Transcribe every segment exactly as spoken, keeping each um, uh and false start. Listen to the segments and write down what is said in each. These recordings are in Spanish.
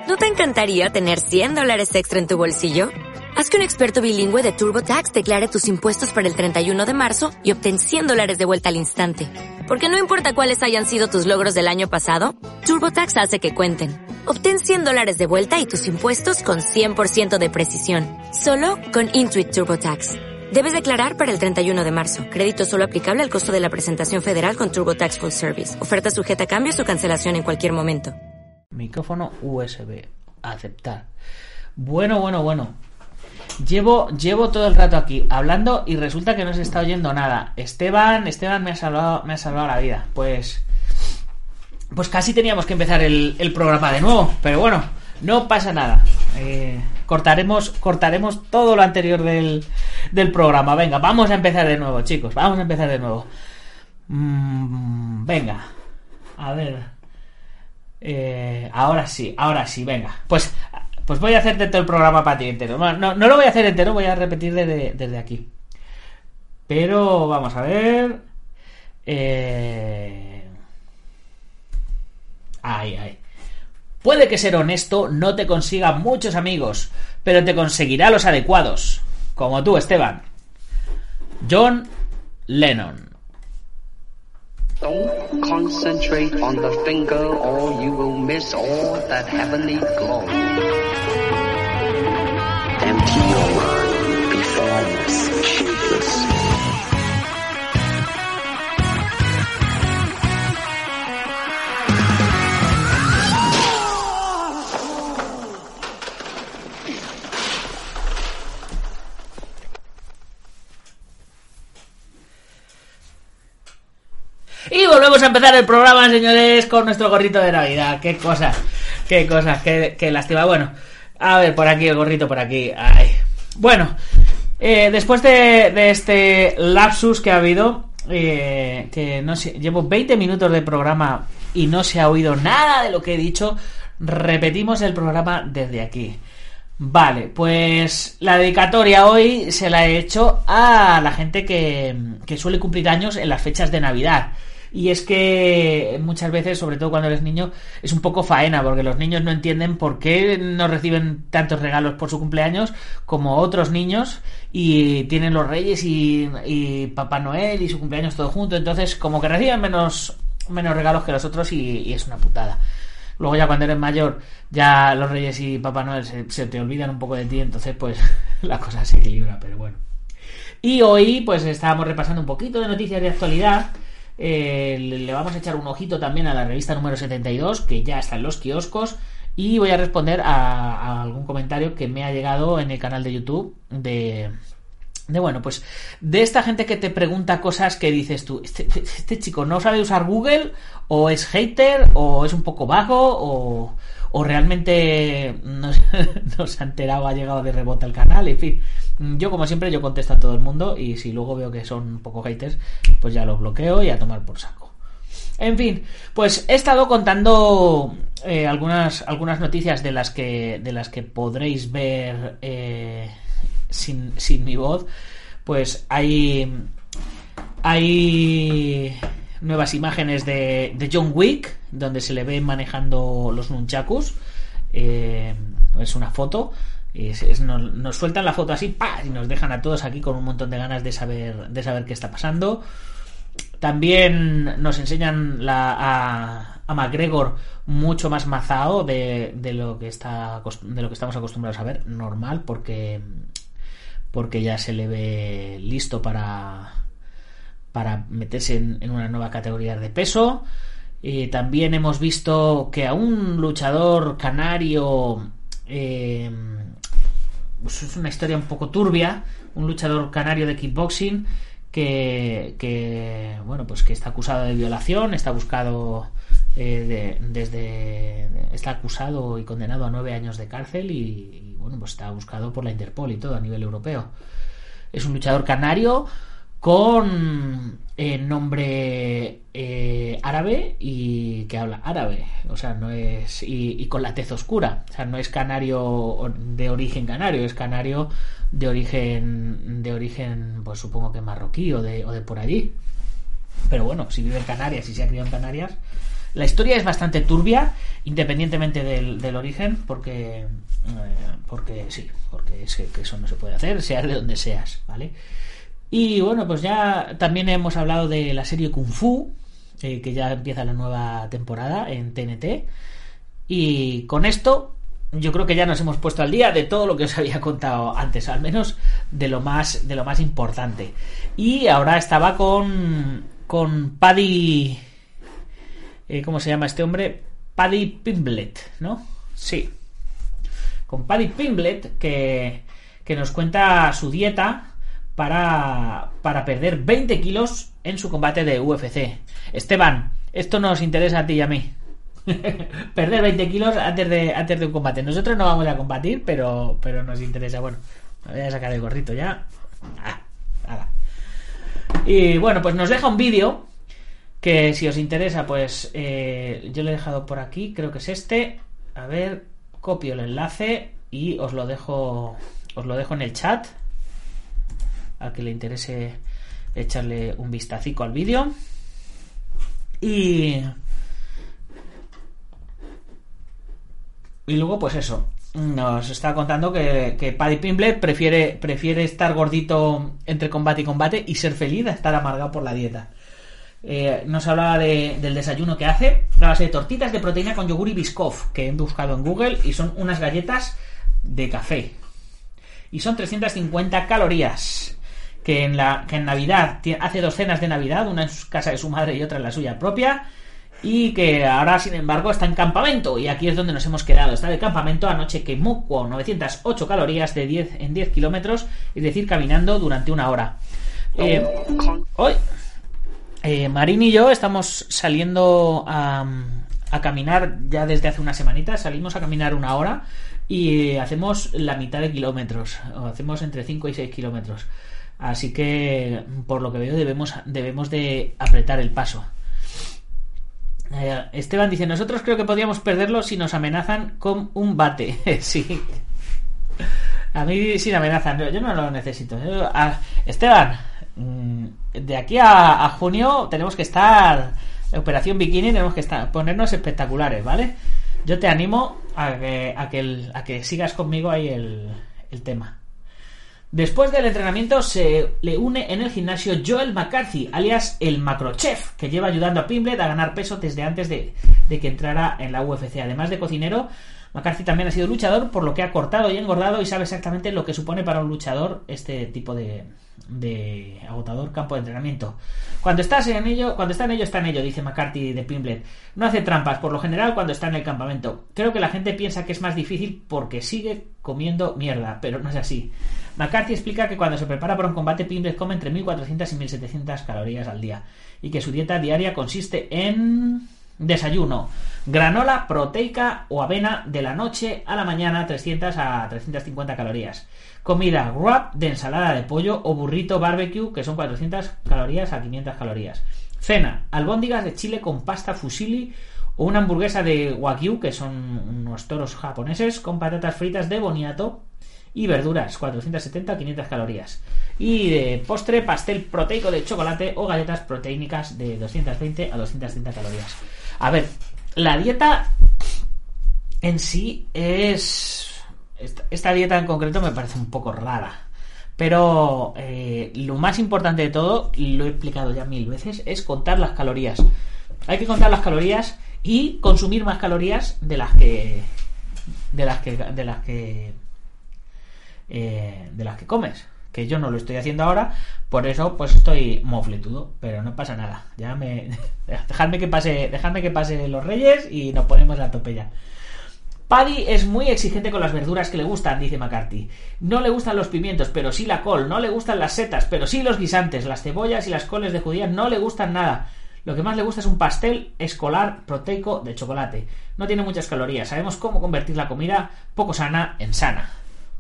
¿No te encantaría tener cien dólares extra en tu bolsillo? Haz que un experto bilingüe de TurboTax declare tus impuestos para el treinta y uno de marzo y obtén cien dólares de vuelta al instante. Porque no importa cuáles hayan sido tus logros del año pasado, TurboTax hace que cuenten. Obtén cien dólares de vuelta y tus impuestos con cien por ciento de precisión. Solo con Intuit TurboTax. Debes declarar para el treinta y uno de marzo. Crédito solo aplicable al costo de la presentación federal con TurboTax Full Service. Oferta sujeta a cambios o cancelación en cualquier momento. Micrófono U S B. Aceptar. Bueno, bueno, bueno. Llevo, llevo todo el rato aquí hablando y resulta que no se está oyendo nada. Esteban, Esteban me ha salvado, me ha salvado la vida. Pues, pues casi teníamos que empezar el, el programa de nuevo, pero bueno, no pasa nada. Eh, cortaremos, cortaremos todo lo anterior del, del programa. Venga, vamos a empezar de nuevo, chicos. Vamos a empezar de nuevo. Mm, venga, a ver. Eh, ahora sí, ahora sí, venga. Pues, pues voy a hacerte todo el programa para ti entero. No, no, no lo voy a hacer entero, voy a repetir desde, desde aquí. Pero vamos a ver. Eh... Ay, ay. Puede que ser honesto no te consiga muchos amigos, pero te conseguirá los adecuados. Como tú, Esteban. John Lennon. Don't concentrate on the finger or you will miss all that heavenly glow. Empty your mind, be formless, shapeless. Y volvemos a empezar el programa, señores, con nuestro gorrito de Navidad. Qué cosas, qué cosas, qué, qué lástima. Bueno, a ver, por aquí el gorrito, por aquí. Ay. Bueno, eh, después de, de este lapsus que ha habido, eh, que no sé, llevo veinte minutos de programa y no se ha oído nada de lo que he dicho, repetimos el programa desde aquí. Vale, pues la dedicatoria hoy se la he hecho a la gente que, que suele cumplir años en las fechas de Navidad. Y es que muchas veces, sobre todo cuando eres niño, es un poco faena, porque los niños no entienden por qué no reciben tantos regalos por su cumpleaños como otros niños, y tienen los Reyes y, y Papá Noel y su cumpleaños todo junto. Entonces como que reciben menos, menos regalos que los otros, y, y es una putada. Luego ya cuando eres mayor, ya los Reyes y Papá Noel se, se te olvidan un poco de ti, entonces pues la cosa se equilibra, pero bueno. Y hoy pues estábamos repasando un poquito de noticias de actualidad. Eh, le vamos a echar un ojito también a la revista número setenta y dos, que ya está en los kioscos, y voy a responder a, a algún comentario que me ha llegado en el canal de YouTube de... De bueno, pues de esta gente que te pregunta cosas que dices tú, este, este chico no sabe usar Google, o es hater, o es un poco vago, o, o realmente no, no se ha enterado, ha llegado de rebote al canal. En fin, yo como siempre yo contesto a todo el mundo, y si luego veo que son un poco haters, pues ya los bloqueo y a tomar por saco. En fin, pues he estado contando eh, algunas algunas noticias de las que de las que podréis ver eh, sin, sin mi voz. Pues hay hay nuevas imágenes de, de John Wick, donde se le ve manejando los nunchakus. Eh, es una foto. Es, es, nos, nos sueltan la foto así, ¡pah!, y nos dejan a todos aquí con un montón de ganas de saber de saber qué está pasando. También nos enseñan la, a, a McGregor mucho más mazao de, de lo que está de lo que estamos acostumbrados a ver, normal, porque porque ya se le ve listo para para meterse en, en una nueva categoría de peso. Y también hemos visto que a un luchador canario, eh, pues es una historia un poco turbia, un luchador canario de kickboxing que, que bueno, pues que está acusado de violación, está buscado eh, de, desde está acusado y condenado a nueve años de cárcel, y, y bueno, pues está buscado por la Interpol y todo a nivel europeo. Es un luchador canario con eh, nombre eh, árabe y que habla árabe, o sea, no es y, y con la tez oscura, o sea, no es canario de origen canario, es canario de origen de origen, pues supongo que marroquí o de o de por allí. Pero bueno, si vive en Canarias y si se ha criado en Canarias, la historia es bastante turbia independientemente del, del origen, porque eh, porque sí, porque es que eso no se puede hacer, seas de donde seas, ¿vale? Y bueno, pues ya también hemos hablado de la serie Kung Fu, eh, que ya empieza la nueva temporada en T N T, y con esto yo creo que ya nos hemos puesto al día de todo lo que os había contado antes, al menos de lo más de lo más importante. Y ahora estaba con con Paddy, eh, ¿cómo se llama este hombre? Paddy Pimblett, ¿no? Sí. Con Paddy Pimblett, que, que nos cuenta su dieta para, para perder veinte kilos en su combate de U F C. Esteban, esto nos interesa a ti y a mí. Perder veinte kilos antes de antes de un combate. Nosotros no vamos a combatir, pero pero nos interesa. Bueno, me voy a sacar el gorrito ya. Ah, haga. Y bueno, pues nos deja un vídeo que si os interesa, pues eh, yo lo he dejado por aquí, creo que es este. A ver, copio el enlace y os lo dejo os lo dejo en el chat al que le interese echarle un vistacico al vídeo. Y Y luego, pues eso, nos está contando que, que Paddy Pimblett prefiere, prefiere estar gordito entre combate y combate y ser feliz a estar amargado por la dieta. Eh, nos hablaba de, del desayuno que hace a base de tortitas de proteína con yogur y Biscoff, que he buscado en Google, y son unas galletas de café. Y son trescientas cincuenta calorías. Que en, la, que en Navidad hace dos cenas de Navidad, una en casa de su madre y otra en la suya propia. Y que ahora, sin embargo, está en campamento. Y aquí es donde nos hemos quedado. Está de campamento. Anoche quemó con novecientas ocho calorías de diez en diez kilómetros. Es decir, caminando durante una hora. Eh, hoy, eh, Marín y yo estamos saliendo a, a caminar ya desde hace unas semanitas. Salimos a caminar una hora y hacemos la mitad de kilómetros. O hacemos entre cinco y seis kilómetros. Así que, por lo que veo, debemos, debemos de apretar el paso. Esteban dice: nosotros creo que podríamos perderlo si nos amenazan con un bate. Sí, a mí sí me amenazan, yo no lo necesito. Yo, a, Esteban, de aquí a, a junio tenemos que estar Operación Bikini, tenemos que estar, ponernos espectaculares, ¿vale? Yo te animo a que, a que, el, a que sigas conmigo ahí el, el tema. Después del entrenamiento se le une en el gimnasio Joel McCarthy, alias el Macrochef, que lleva ayudando a Pimblett a ganar peso desde antes de, de que entrara en la U F C. Además de cocinero, McCarthy también ha sido luchador, por lo que ha cortado y engordado y sabe exactamente lo que supone para un luchador este tipo de, de agotador campo de entrenamiento. Cuando estás en ello, cuando está en ello, está en ello, dice McCarthy de Pimblett. No hace trampas, por lo general, cuando está en el campamento. Creo que la gente piensa que es más difícil porque sigue comiendo mierda, pero no es así. McCarthy explica que cuando se prepara para un combate, Pimblett come entre mil cuatrocientas y mil setecientas calorías al día y que su dieta diaria consiste en desayuno, granola proteica o avena de la noche a la mañana, trescientas a trescientas cincuenta calorías. Comida, wrap de ensalada de pollo o burrito barbecue, que son cuatrocientas calorías a quinientas calorías. Cena, albóndigas de chile con pasta fusilli o una hamburguesa de wagyu, que son unos toros japoneses, con patatas fritas de boniato y verduras, cuatrocientas setenta a quinientas calorías. Y de postre, pastel proteico de chocolate o galletas proteínicas de doscientas veinte a doscientas treinta calorías. A ver, la dieta en sí es... Esta dieta en concreto me parece un poco rara. Pero eh, lo más importante de todo, y lo he explicado ya mil veces, es contar las calorías. Hay que contar las calorías y consumir más calorías de las que... De las que... De las que Eh, de las que comes, que yo no lo estoy haciendo ahora, por eso pues estoy mofletudo, pero no pasa nada. Ya me dejadme que pase, dejadme que pase los Reyes y nos ponemos a tope ya. Paddy es muy exigente con las verduras que le gustan, dice McCarthy. No le gustan los pimientos, pero sí la col. No le gustan las setas, pero sí los guisantes. Las cebollas y las coles de judía no le gustan nada. Lo que más le gusta es un pastel escolar proteico de chocolate. No tiene muchas calorías. Sabemos cómo convertir la comida poco sana en sana.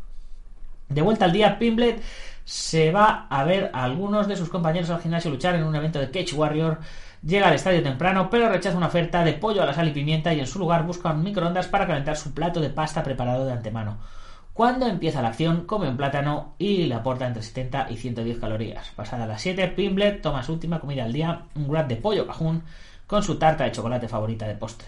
De vuelta al día, Pimblett se va a ver a algunos de sus compañeros al gimnasio luchar en un evento de Cage Warrior. Llega al estadio temprano, pero rechaza una oferta de pollo a la sal y pimienta y en su lugar busca un microondas para calentar su plato de pasta preparado de antemano. Cuando empieza la acción, come un plátano y le aporta entre setenta y ciento diez calorías. Pasada las siete, Pimblett toma su última comida al día, un wrap de pollo cajún con su tarta de chocolate favorita de postre.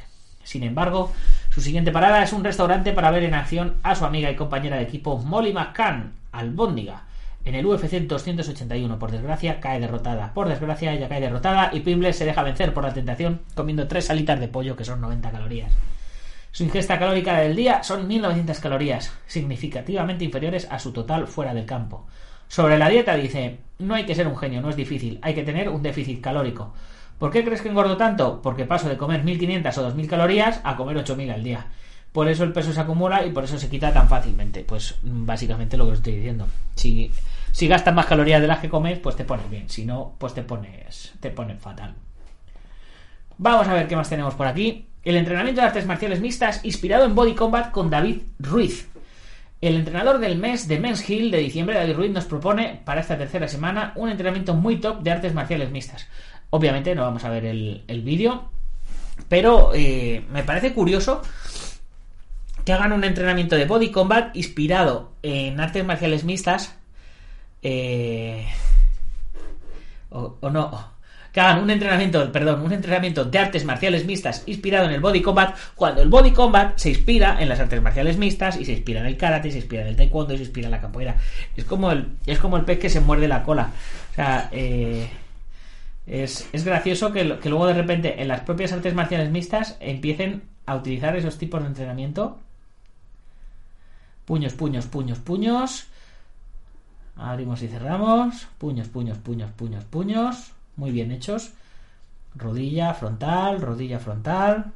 Sin embargo, su siguiente parada es un restaurante para ver en acción a su amiga y compañera de equipo Molly McCann, albóndiga. En el U F C doscientos ochenta y uno, por desgracia, cae derrotada. Por desgracia, ella cae derrotada y Pimble se deja vencer por la tentación comiendo tres alitas de pollo, que son noventa calorías. Su ingesta calórica del día son mil novecientas calorías, significativamente inferiores a su total fuera del campo. Sobre la dieta dice: no hay que ser un genio, no es difícil, hay que tener un déficit calórico. ¿Por qué crees que engordo tanto? Porque paso de comer mil quinientas o dos mil calorías a comer ocho mil al día. Por eso el peso se acumula y por eso se quita tan fácilmente. Pues básicamente lo que os estoy diciendo. Si, si gastas más calorías de las que comes, pues te pones bien. Si no, pues te pones, te pones fatal. Vamos a ver qué más tenemos por aquí. El entrenamiento de artes marciales mixtas inspirado en Body Combat con David Ruiz. El entrenador del mes de Men's Hill de diciembre, David Ruiz, nos propone para esta tercera semana un entrenamiento muy top de artes marciales mixtas. Obviamente no vamos a ver el, el vídeo, pero eh, me parece curioso que hagan un entrenamiento de Body Combat inspirado en artes marciales mixtas, eh, o, o no, que hagan un entrenamiento, perdón, un entrenamiento de artes marciales mixtas inspirado en el Body Combat, cuando el Body Combat se inspira en las artes marciales mixtas y se inspira en el karate, se inspira en el taekwondo y se inspira en la capoeira. Es como el, es como el pez que se muerde la cola. O sea, eh, es, es gracioso que, que luego de repente en las propias artes marciales mixtas empiecen a utilizar esos tipos de entrenamiento. Puños, puños, puños, puños. Abrimos y cerramos. Puños, puños, puños, puños, puños. Muy bien hechos. Rodilla frontal, rodilla frontal.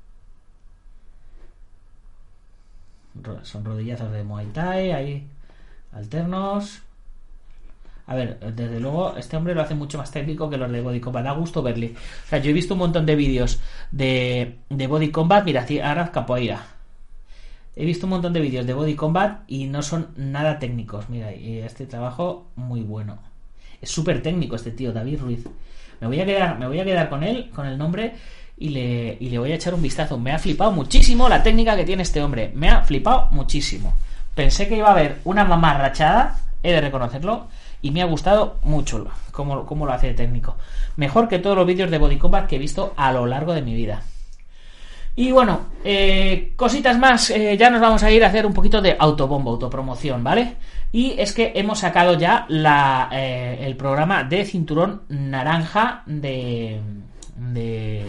Son rodillazos de Muay Thai, ahí alternos. A ver, desde luego este hombre lo hace mucho más técnico que los de Body Combat. Da gusto verle. O sea, yo he visto un montón de vídeos de, de Body Combat. Mira, ahora capoeira. He visto un montón de vídeos de Body Combat y no son nada técnicos. Mira, y este trabajo muy bueno. Es súper técnico este tío, David Ruiz. Me voy a quedar, me voy a quedar con él, con el nombre, y le, y le voy a echar un vistazo. Me ha flipado muchísimo la técnica que tiene este hombre. Me ha flipado muchísimo. Pensé que iba a haber una mamarrachada, he de reconocerlo, y me ha gustado mucho cómo, cómo lo hace de técnico. Mejor que todos los vídeos de Body Combat que he visto a lo largo de mi vida. Y bueno, eh, cositas más, eh, ya nos vamos a ir a hacer un poquito de autobombo, autopromoción, ¿vale? Y es que hemos sacado ya la, eh, el programa de Cinturón Naranja de... de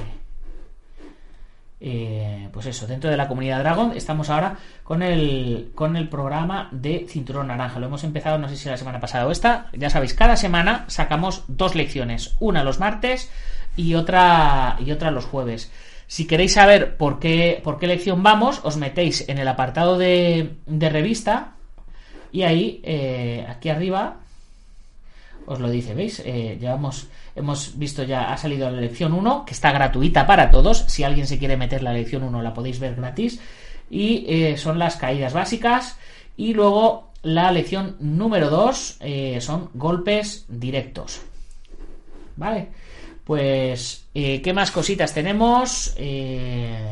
eh, pues eso, dentro de la comunidad Dragon. Estamos ahora con el, con el programa de Cinturón Naranja. Lo hemos empezado, no sé si la semana pasada o esta. Ya sabéis, cada semana sacamos dos lecciones. Una los martes y otra, y otra los jueves. Si queréis saber por qué, por qué lección vamos, os metéis en el apartado de, de revista y ahí, eh, aquí arriba, os lo dice, ¿veis? Eh, llevamos, hemos visto ya, ha salido la lección uno, que está gratuita para todos. Si alguien se quiere meter la lección uno, la podéis ver gratis. Y eh, son las caídas básicas. Y luego la lección número dos eh, son golpes directos. ¿Vale? Pues, eh, ¿qué más cositas tenemos? Eh,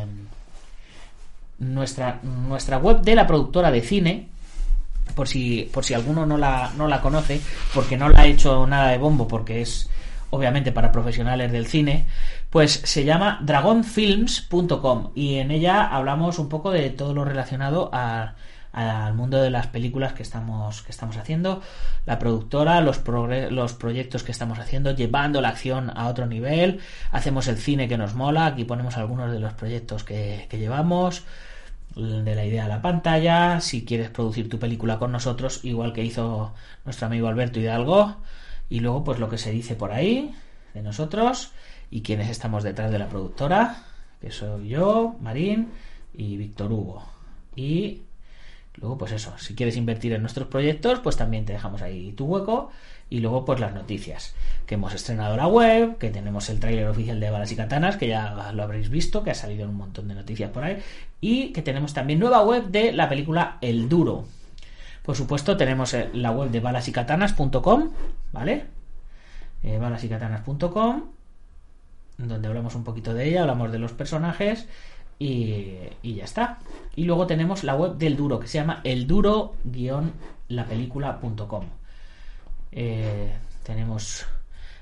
nuestra, nuestra web de la productora de cine, por si, por si alguno no la, no la conoce, porque no la ha hecho nada de bombo, porque es obviamente para profesionales del cine, pues se llama dragon films punto com y en ella hablamos un poco de todo lo relacionado a... al mundo de las películas que estamos que estamos haciendo, la productora, los progre- los proyectos que estamos haciendo, llevando la acción a otro nivel. Hacemos el cine que nos mola, aquí ponemos algunos de los proyectos que, que llevamos, de la idea a la pantalla. Si quieres producir tu película con nosotros, igual que hizo nuestro amigo Alberto Hidalgo, y luego pues lo que se dice por ahí de nosotros y quienes estamos detrás de la productora, que soy yo, Marín y Víctor Hugo. Y luego, pues eso, si quieres invertir en nuestros proyectos, pues también te dejamos ahí tu hueco. Y luego, pues las noticias. Que hemos estrenado la web, que tenemos el tráiler oficial de Balas y Katanas, que ya lo habréis visto, que ha salido en un montón de noticias por ahí. Y que tenemos también nueva web de la película El Duro. Por supuesto, tenemos la web de balas y katanas punto com, ¿vale? Eh, balas y katanas punto com, donde hablamos un poquito de ella, hablamos de los personajes. Y, y ya está. Y luego tenemos la web del Duro, que se llama elduro guion la película punto com. Eh, tenemos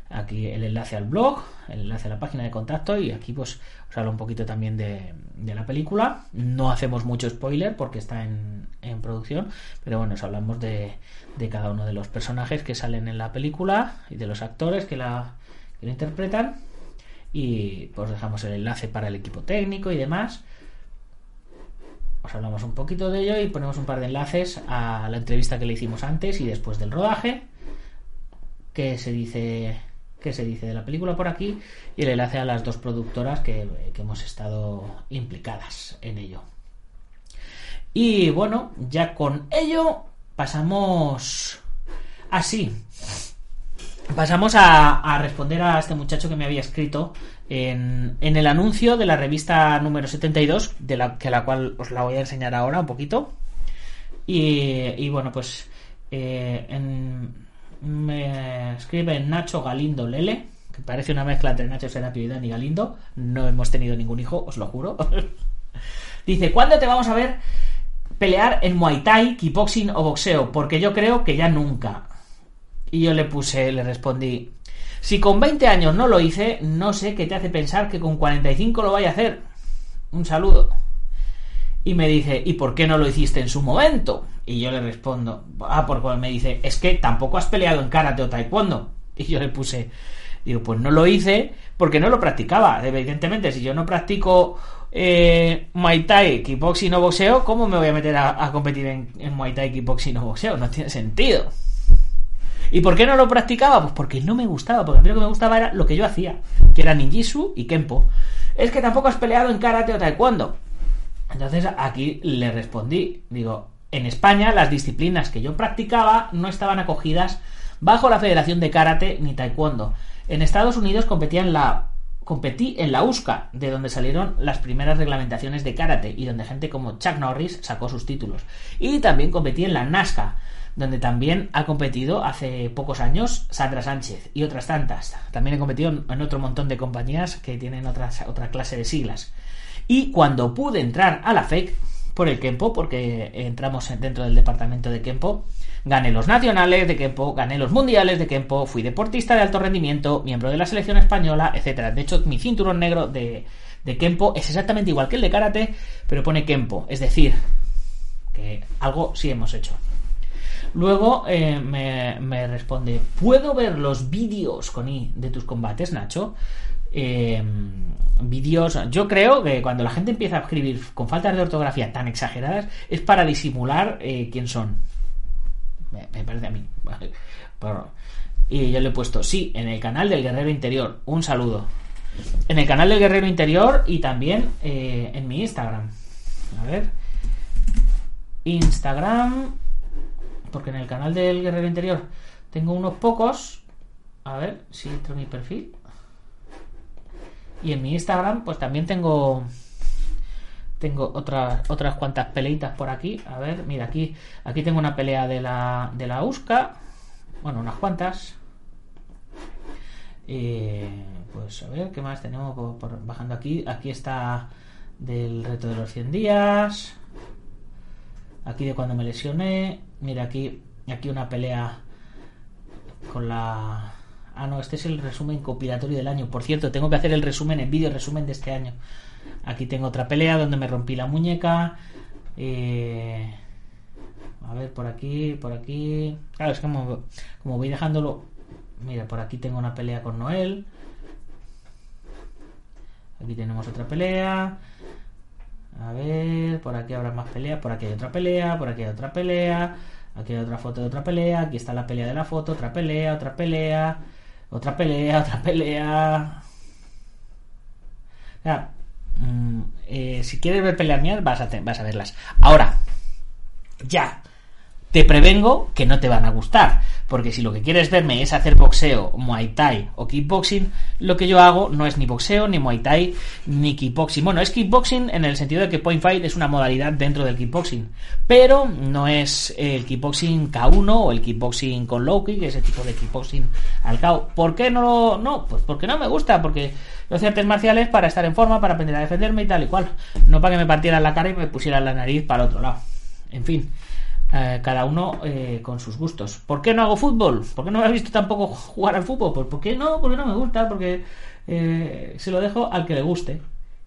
aquí el enlace al blog, el enlace a la página de contacto, y aquí pues os hablo un poquito también de, de la película. No hacemos mucho spoiler porque está en, en producción, pero bueno, os hablamos de, de cada uno de los personajes que salen en la película y de los actores que la, que la interpretan, y pues dejamos el enlace para el equipo técnico y demás. Os hablamos un poquito de ello y ponemos un par de enlaces a la entrevista que le hicimos antes y después del rodaje, que se dice que se dice de la película por aquí, y el enlace a las dos productoras que, que hemos estado implicadas en ello. Y bueno, ya con ello pasamos así pasamos a, a responder a este muchacho que me había escrito en, en el anuncio de la revista número setenta y dos, de la que la cual os la voy a enseñar ahora un poquito. Y, y bueno, pues eh, en me escribe Nacho Galindo Lele, que parece una mezcla entre Nacho Serapio y Dani Galindo. No hemos tenido ningún hijo, os lo juro. Dice: ¿cuándo te vamos a ver pelear en Muay Thai, kickboxing o boxeo? Porque yo creo que ya nunca. Y yo le puse, le respondí: si con veinte años no lo hice, no sé qué te hace pensar que con cuarenta y cinco lo vaya a hacer. Un saludo. Y me dice: ¿y por qué no lo hiciste en su momento? Y yo le respondo: ah, porque me dice, es que tampoco has peleado en karate o taekwondo. Y yo le puse, digo, pues no lo hice porque no lo practicaba. Evidentemente, si yo no practico eh, Muay Thai, kickboxing o boxeo, ¿cómo me voy a meter a, a competir en, en Muay Thai, kickboxing o boxeo? No tiene sentido. ¿Y por qué no lo practicaba? Pues porque no me gustaba, porque a mí lo que me gustaba era lo que yo hacía, que era ninjitsu y kenpo. Es que tampoco has peleado en karate o taekwondo. Entonces aquí le respondí, digo, en España las disciplinas que yo practicaba no estaban acogidas bajo la Federación de Karate ni Taekwondo. En Estados Unidos competía en la, competí en la U S C A, de donde salieron las primeras reglamentaciones de karate y donde gente como Chuck Norris sacó sus títulos. Y también competí en la NASCA, donde también ha competido hace pocos años Sandra Sánchez y otras tantas. También he competido en otro montón de compañías que tienen otras, otra clase de siglas. Y cuando pude entrar a la F E C por el Kenpo, porque entramos dentro del departamento de Kenpo, gané los nacionales de Kenpo, gané los mundiales de Kenpo, fui deportista de alto rendimiento, miembro de la selección española, etcétera. De hecho, mi cinturón negro de, de Kenpo es exactamente igual que el de karate, pero pone Kenpo, es decir, que algo sí hemos hecho. Luego eh, me, me responde: ¿puedo ver los vídeos con I de tus combates, Nacho? Eh, vídeos, yo creo que cuando la gente empieza a escribir con faltas de ortografía tan exageradas es para disimular eh, quién son, me, me parece a mí. Y yo le he puesto sí en el canal del Guerrero Interior, un saludo, en el canal del Guerrero Interior, y también eh, en mi Instagram, a ver, Instagram, porque en el canal del Guerrero Interior tengo unos pocos. A ver si entro en mi perfil. Y en mi Instagram pues también tengo tengo otras otras cuantas peleitas por aquí. A ver, mira, aquí aquí tengo una pelea de la de la U S C A. Bueno, unas cuantas. Eh, pues a ver, ¿qué más tenemos por, por, bajando aquí? Aquí está del reto de los cien días. Aquí de cuando me lesioné. Mira, aquí aquí una pelea con la... Ah, no, este es el resumen compilatorio del año. Por cierto, tengo que hacer el resumen en vídeo, resumen de este año. Aquí tengo otra pelea donde me rompí la muñeca. Eh... A ver, por aquí, por aquí... Claro, es como, como voy dejándolo... Mira, por aquí tengo una pelea con Noel. Aquí tenemos otra pelea. A ver, por aquí habrá más peleas. Por aquí hay otra pelea, por aquí hay otra pelea. Aquí hay otra foto de otra pelea. Aquí está la pelea de la foto, otra pelea, otra pelea... Otra pelea, otra pelea. O sea, mmm, eh, si quieres ver peleas mías, vas a, te, vas a verlas. Ahora, ya, te prevengo que no te van a gustar. Porque si lo que quieres verme es hacer boxeo, Muay Thai o kickboxing, lo que yo hago no es ni boxeo, ni Muay Thai, ni kickboxing. Bueno, es kickboxing en el sentido de que Point Fight es una modalidad dentro del kickboxing, pero no es el kickboxing K uno o el kickboxing con low kick, ese tipo de kickboxing al K O. ¿Por qué no? No, pues porque no me gusta, porque yo hacía artes marciales para estar en forma, para aprender a defenderme y tal y cual, no para que me partieran la cara y me pusieran la nariz para el otro lado. En fin, eh, cada uno eh, con sus gustos. ¿Por qué no hago fútbol? ¿Por qué no me has visto tampoco jugar al fútbol? Pues ¿por qué no? Porque no me gusta, porque eh, se lo dejo al que le guste.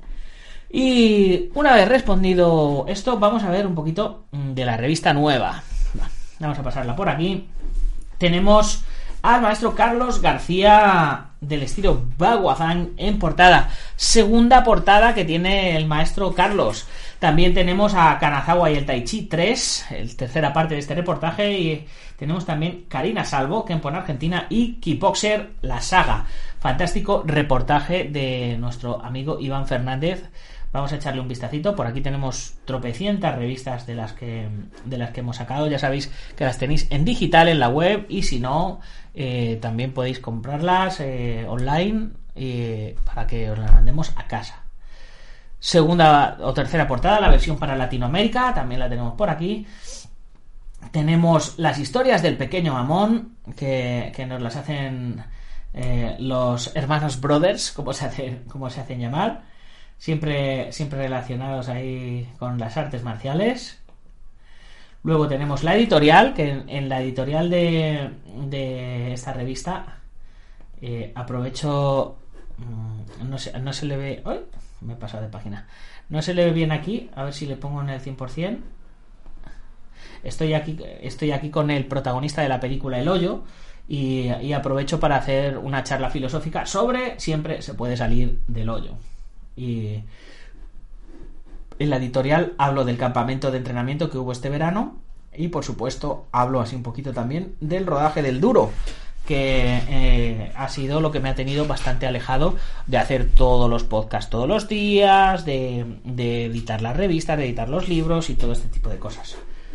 Y una vez respondido esto, vamos a ver un poquito de la revista nueva. Vamos a pasarla por aquí. Tenemos al maestro Carlos García del estilo Baguazhang en portada. Segunda portada que tiene el maestro Carlos. También tenemos a Kanazawa y el Tai Chi tres, el tercera parte de este reportaje. Y tenemos también Karina Salvo, Kenpo en Argentina, y Kickboxer, la saga. Fantástico reportaje de nuestro amigo Iván Fernández. Vamos a echarle un vistacito. Por aquí tenemos tropecientas revistas de las que de las que hemos sacado. Ya sabéis que las tenéis en digital en la web, y si no, eh, también podéis comprarlas eh, online eh, para que os las mandemos a casa. Segunda o tercera portada, la versión para Latinoamérica, también la tenemos por aquí. Tenemos las historias del pequeño Amón, que, que nos las hacen eh, los hermanos Brothers, como se hacen, como se hacen llamar. Siempre, siempre relacionados ahí con las artes marciales. Luego tenemos la editorial, que en, en la editorial de, de esta revista eh, aprovecho, mmm, no, se, no se le ve, ¡ay! Me he pasado de página, no se le ve bien aquí, a ver si le pongo en el cien por ciento. Estoy aquí, estoy aquí con el protagonista de la película El Hoyo, y, y aprovecho para hacer una charla filosófica sobre siempre se puede salir del hoyo. Y en la editorial hablo del campamento de entrenamiento que hubo este verano, y por supuesto hablo así un poquito también del rodaje del Duro, que eh, ha sido lo que me ha tenido bastante alejado de hacer todos los podcasts todos los días, de, de editar las revistas, de editar los libros y todo este tipo de cosas.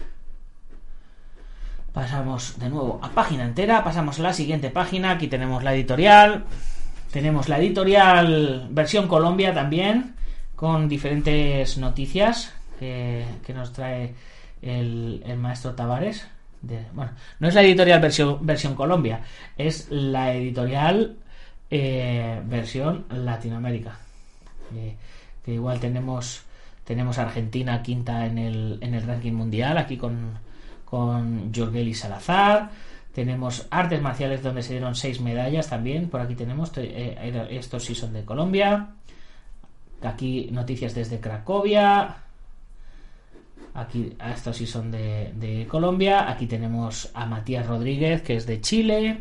Pasamos de nuevo a página entera, pasamos a la siguiente página. Aquí tenemos la editorial. Tenemos la editorial versión Colombia también, con diferentes noticias que, que nos trae el, el maestro Tavares. De, bueno, no es la editorial versión, versión Colombia, es la editorial eh, versión Latinoamérica. Eh, que igual tenemos tenemos Argentina quinta en el, en el ranking mundial, aquí con, con Jorgeli Salazar. Tenemos artes marciales, donde se dieron seis medallas también. Por aquí tenemos, eh, estos sí son de Colombia. Aquí noticias desde Cracovia. Aquí estos sí son de, de Colombia. Aquí tenemos a Matías Rodríguez, que es de Chile.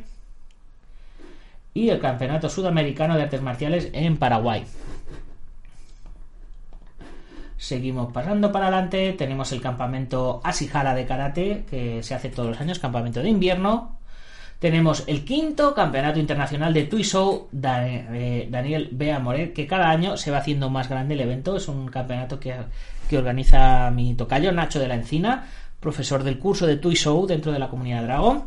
Y el Campeonato Sudamericano de Artes Marciales en Paraguay. Seguimos pasando para adelante. Tenemos el campamento Ashihara de karate, que se hace todos los años, campamento de invierno. Tenemos el quinto campeonato internacional de Tuisou, Daniel Bea Moret, que cada año se va haciendo más grande el evento. Es un campeonato que, que organiza mi tocayo Nacho de la Encina, profesor del curso de Tuisou dentro de la comunidad Dragon,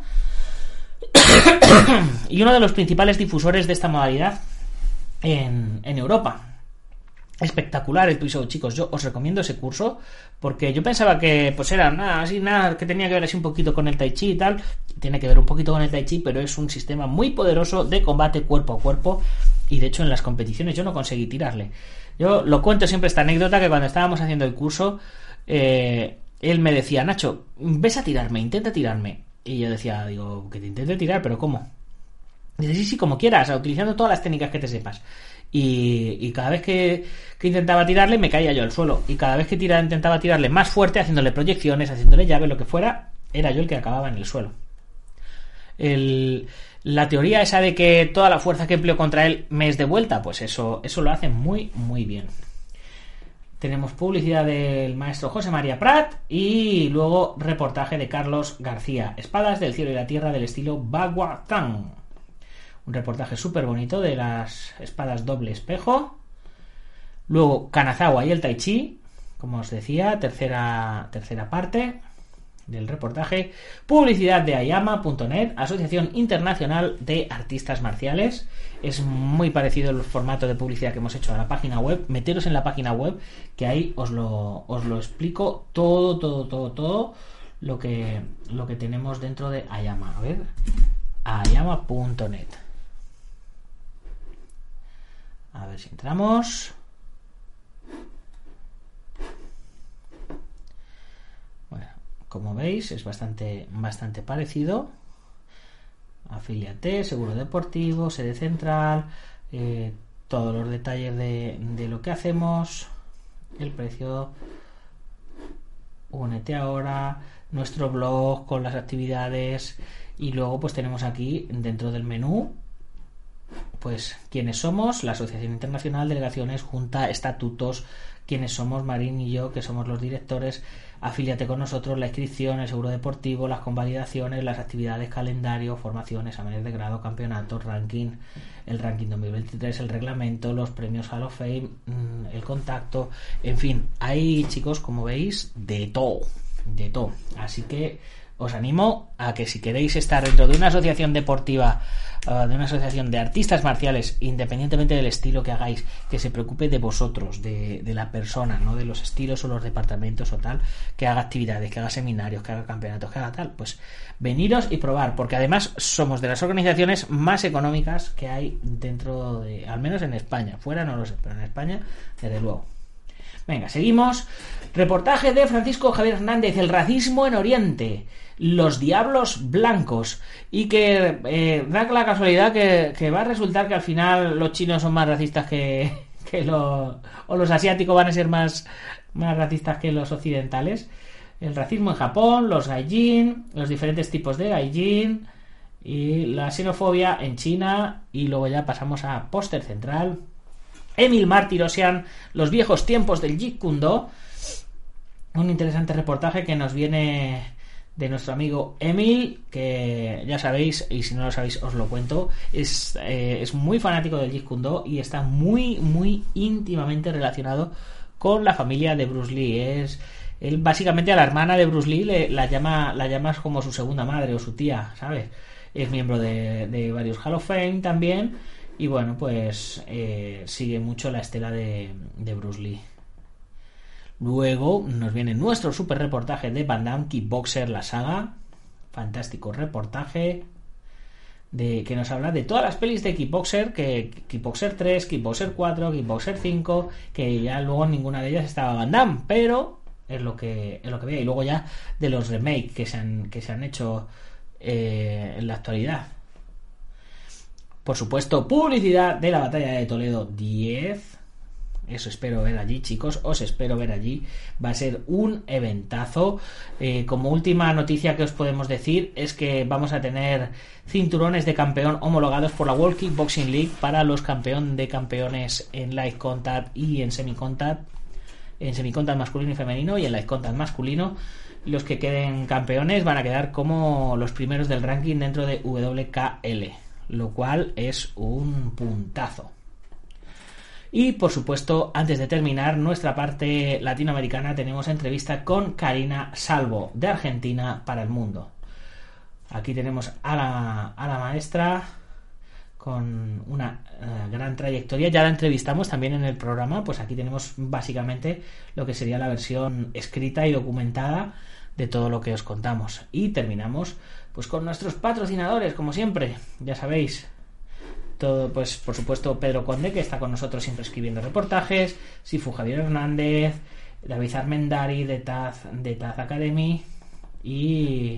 y uno de los principales difusores de esta modalidad en, en Europa. Espectacular el Tuisou, chicos. Yo os recomiendo ese curso, porque yo pensaba que pues era nada así, nada que tenía que ver así un poquito con el Tai Chi y tal. Tiene que ver un poquito con el Tai Chi, pero es un sistema muy poderoso de combate cuerpo a cuerpo, y de hecho en las competiciones yo no conseguí tirarle. Yo lo cuento siempre esta anécdota, que cuando estábamos haciendo el curso, eh, él me decía: Nacho, ves a tirarme, intenta tirarme. Y yo decía, digo, que te intente tirar, pero ¿cómo? Dice, sí, sí, como quieras, utilizando todas las técnicas que te sepas. Y, y cada vez que, que intentaba tirarle, me caía yo al suelo. Y cada vez que tira, intentaba tirarle más fuerte, haciéndole proyecciones, haciéndole llave, lo que fuera, era yo el que acababa en el suelo. El, la teoría esa de que toda la fuerza que empleo contra él me es de vuelta, pues eso, eso lo hace muy, muy bien. Tenemos publicidad del maestro José María Prat, y luego reportaje de Carlos García, Espadas del cielo y la tierra del estilo Baguazhang. Un reportaje súper bonito de las espadas doble espejo. Luego Kanazawa y el Tai Chi, como os decía, tercera, tercera parte del reportaje. Publicidad de ayama punto net, Asociación Internacional de Artistas Marciales. Es muy parecido el formato de publicidad que hemos hecho a la página web. Meteros en la página web, que ahí os lo, os lo explico todo, todo, todo, todo lo que, lo que tenemos dentro de Ayama. A ver, ayama punto net. A ver si entramos. Bueno, como veis es bastante, bastante parecido. Afíliate, seguro deportivo, sede central, eh, todos los detalles de, de lo que hacemos, el precio, únete ahora, nuestro blog con las actividades, y luego pues tenemos aquí dentro del menú pues quiénes somos, la Asociación Internacional, delegaciones, junta, estatutos, quiénes somos, Marín y yo, que somos los directores, afíliate con nosotros, la inscripción, el seguro deportivo, las convalidaciones, las actividades, calendario, formación, exámenes de grado, campeonatos, ranking, el ranking dos mil veintitrés, el reglamento, los premios Hall of Fame, el contacto, en fin, hay, chicos, como veis, de todo, de todo. Así que os animo a que si queréis estar dentro de una asociación deportiva, uh, de una asociación de artistas marciales, independientemente del estilo que hagáis, que se preocupe de vosotros, de, de la persona, no de los estilos o los departamentos o tal, que haga actividades, que haga seminarios, que haga campeonatos, que haga tal, pues veniros y probar, porque además somos de las organizaciones más económicas que hay dentro de, al menos en España, fuera no lo sé, pero en España desde luego. Venga, seguimos. Reportaje de Francisco Javier Hernández, el racismo en Oriente, los diablos blancos, y que eh, da la casualidad que, que va a resultar que al final los chinos son más racistas que, que los, o los asiáticos van a ser más, más racistas que los occidentales. El racismo en Japón, los gaijin, los diferentes tipos de gaijin y la xenofobia en China, y luego ya pasamos a póster central. Emil Martirosyan, los viejos tiempos del Jeet Kune Do, un interesante reportaje que nos viene de nuestro amigo Emil, que ya sabéis, y si no lo sabéis os lo cuento, es, eh, es muy fanático del Jeet Kune Do y está muy, muy íntimamente relacionado con la familia de Bruce Lee. Es él básicamente a la hermana de Bruce Lee le, la llama la llamas como su segunda madre o su tía, ¿sabes? Es miembro de, de varios Hall of Fame también. Y bueno, pues eh, sigue mucho la estela de, de Bruce Lee. Luego nos viene nuestro super reportaje de Van Damme, Kickboxer, la saga. Fantástico reportaje de que nos habla de todas las pelis de Kickboxer, que Kickboxer tres, Kickboxer cuatro, Kickboxer cinco, que ya luego en ninguna de ellas estaba Van Damme, pero es lo que es lo que veía. Y luego ya de los remakes que se han, que se han hecho eh, en la actualidad. Por supuesto, publicidad de la Batalla de Toledo diez. Eso espero ver allí, chicos. Os espero ver allí. Va a ser un eventazo. Eh, como última noticia que os podemos decir es que vamos a tener cinturones de campeón homologados por la World Kickboxing League para los campeón de campeones en Light Contact y en Semi Contact. En Semi Contact masculino y femenino y en Light Contact masculino. Los que queden campeones van a quedar como los primeros del ranking dentro de W K L. Lo cual es un puntazo. Y por supuesto, antes de terminar nuestra parte latinoamericana, tenemos entrevista con Karina Salvo, de Argentina para el mundo. Aquí tenemos a la, a la maestra con una uh, gran trayectoria. Ya la entrevistamos también en el programa. Pues aquí tenemos básicamente lo que sería la versión escrita y documentada de todo lo que os contamos. Y terminamos pues con nuestros patrocinadores, como siempre, ya sabéis. Todo, pues por supuesto Pedro Conde, que está con nosotros siempre escribiendo reportajes, Sifu Javier Hernández, David Armendari de Taz, de Taz Academy y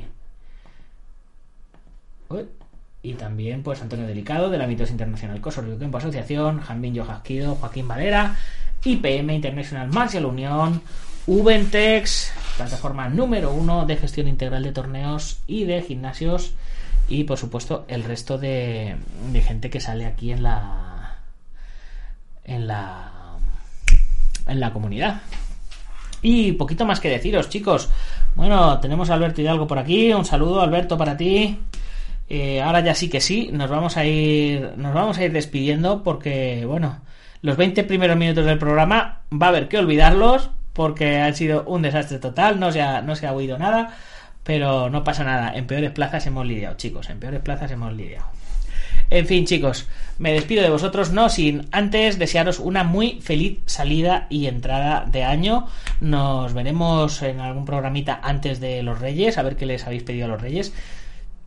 Uy, y también pues Antonio Delicado de la Mitos Internacional Coso Río Campo Asociación, Janvin Yojasquido, Joaquín Valera, I P M International Martial Unión, Ubentex, plataforma número uno de gestión integral de torneos y de gimnasios, y por supuesto el resto de, de gente que sale aquí en la en la en la comunidad. Y poquito más que deciros, chicos. Bueno, tenemos a Alberto Hidalgo por aquí. Un saludo, Alberto, para ti. Eh, ahora ya sí que sí, nos vamos a ir nos vamos a ir despidiendo porque, bueno, los veinte primeros minutos del programa va a haber que olvidarlos porque han sido un desastre total, no se ha, no se ha oído nada, pero no pasa nada, en peores plazas hemos lidiado, chicos, en peores plazas hemos lidiado. En fin, chicos, me despido de vosotros, no sin antes desearos una muy feliz salida y entrada de año. Nos veremos en algún programita antes de los Reyes, a ver qué les habéis pedido a los Reyes.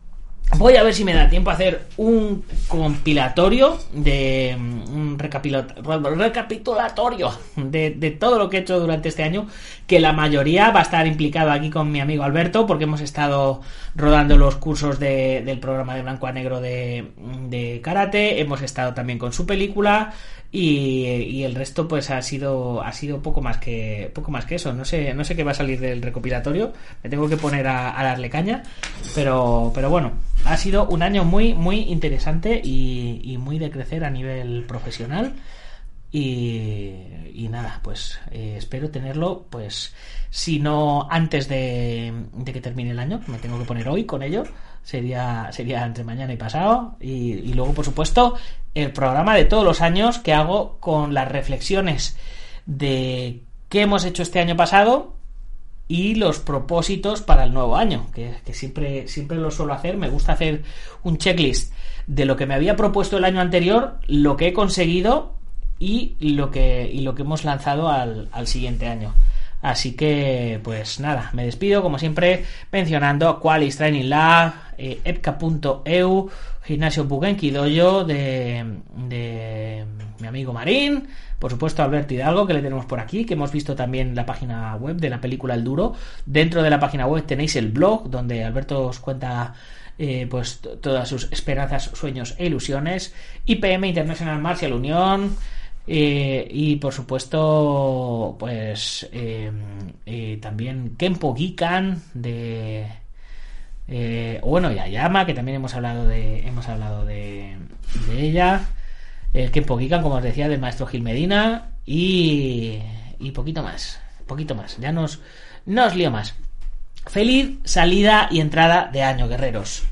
voy a ver si me da tiempo a hacer un compilatorio de un recapitulatorio de, de todo lo que he hecho durante este año, que la mayoría va a estar implicado aquí con mi amigo Alberto, porque hemos estado rodando los cursos de, del programa de Blanco a Negro de, de karate, hemos estado también con su película y, y el resto pues ha sido ha sido poco más que poco más que eso. No sé no sé qué va a salir del recopilatorio, me tengo que poner a, a darle caña, pero pero bueno, ha sido un año muy muy interesante y, y muy de crecer a nivel profesional y, y nada, pues eh, espero tenerlo, pues si no antes de, de que termine el año, me tengo que poner hoy con ello, sería sería entre mañana y pasado, y, y luego por supuesto el programa de todos los años que hago con las reflexiones de qué hemos hecho este año pasado y los propósitos para el nuevo año, que, que siempre, siempre lo suelo hacer. Me gusta hacer un checklist de lo que me había propuesto el año anterior, lo que he conseguido y lo que, y lo que hemos lanzado al, al siguiente año. Así que, pues nada, me despido como siempre mencionando Qualis Training Lab, eh, epca punto e u, Gimnasio Bugenki Dojo de, de mi amigo Marín, por supuesto Alberto Hidalgo, que le tenemos por aquí, que hemos visto también la página web de la película El Duro. Dentro de la página web tenéis el blog donde Alberto os cuenta eh, pues t- todas sus esperanzas, sueños e ilusiones. I P M International Martial Union. Eh, y por supuesto pues eh, eh, también Kenpo Gikan de eh, bueno, Yayama, que también hemos hablado de hemos hablado de, de ella, el Kenpo Gikan, como os decía, del maestro Gil Medina, y, y poquito más poquito más, ya nos, no os lío más. Feliz salida y entrada de año, guerreros.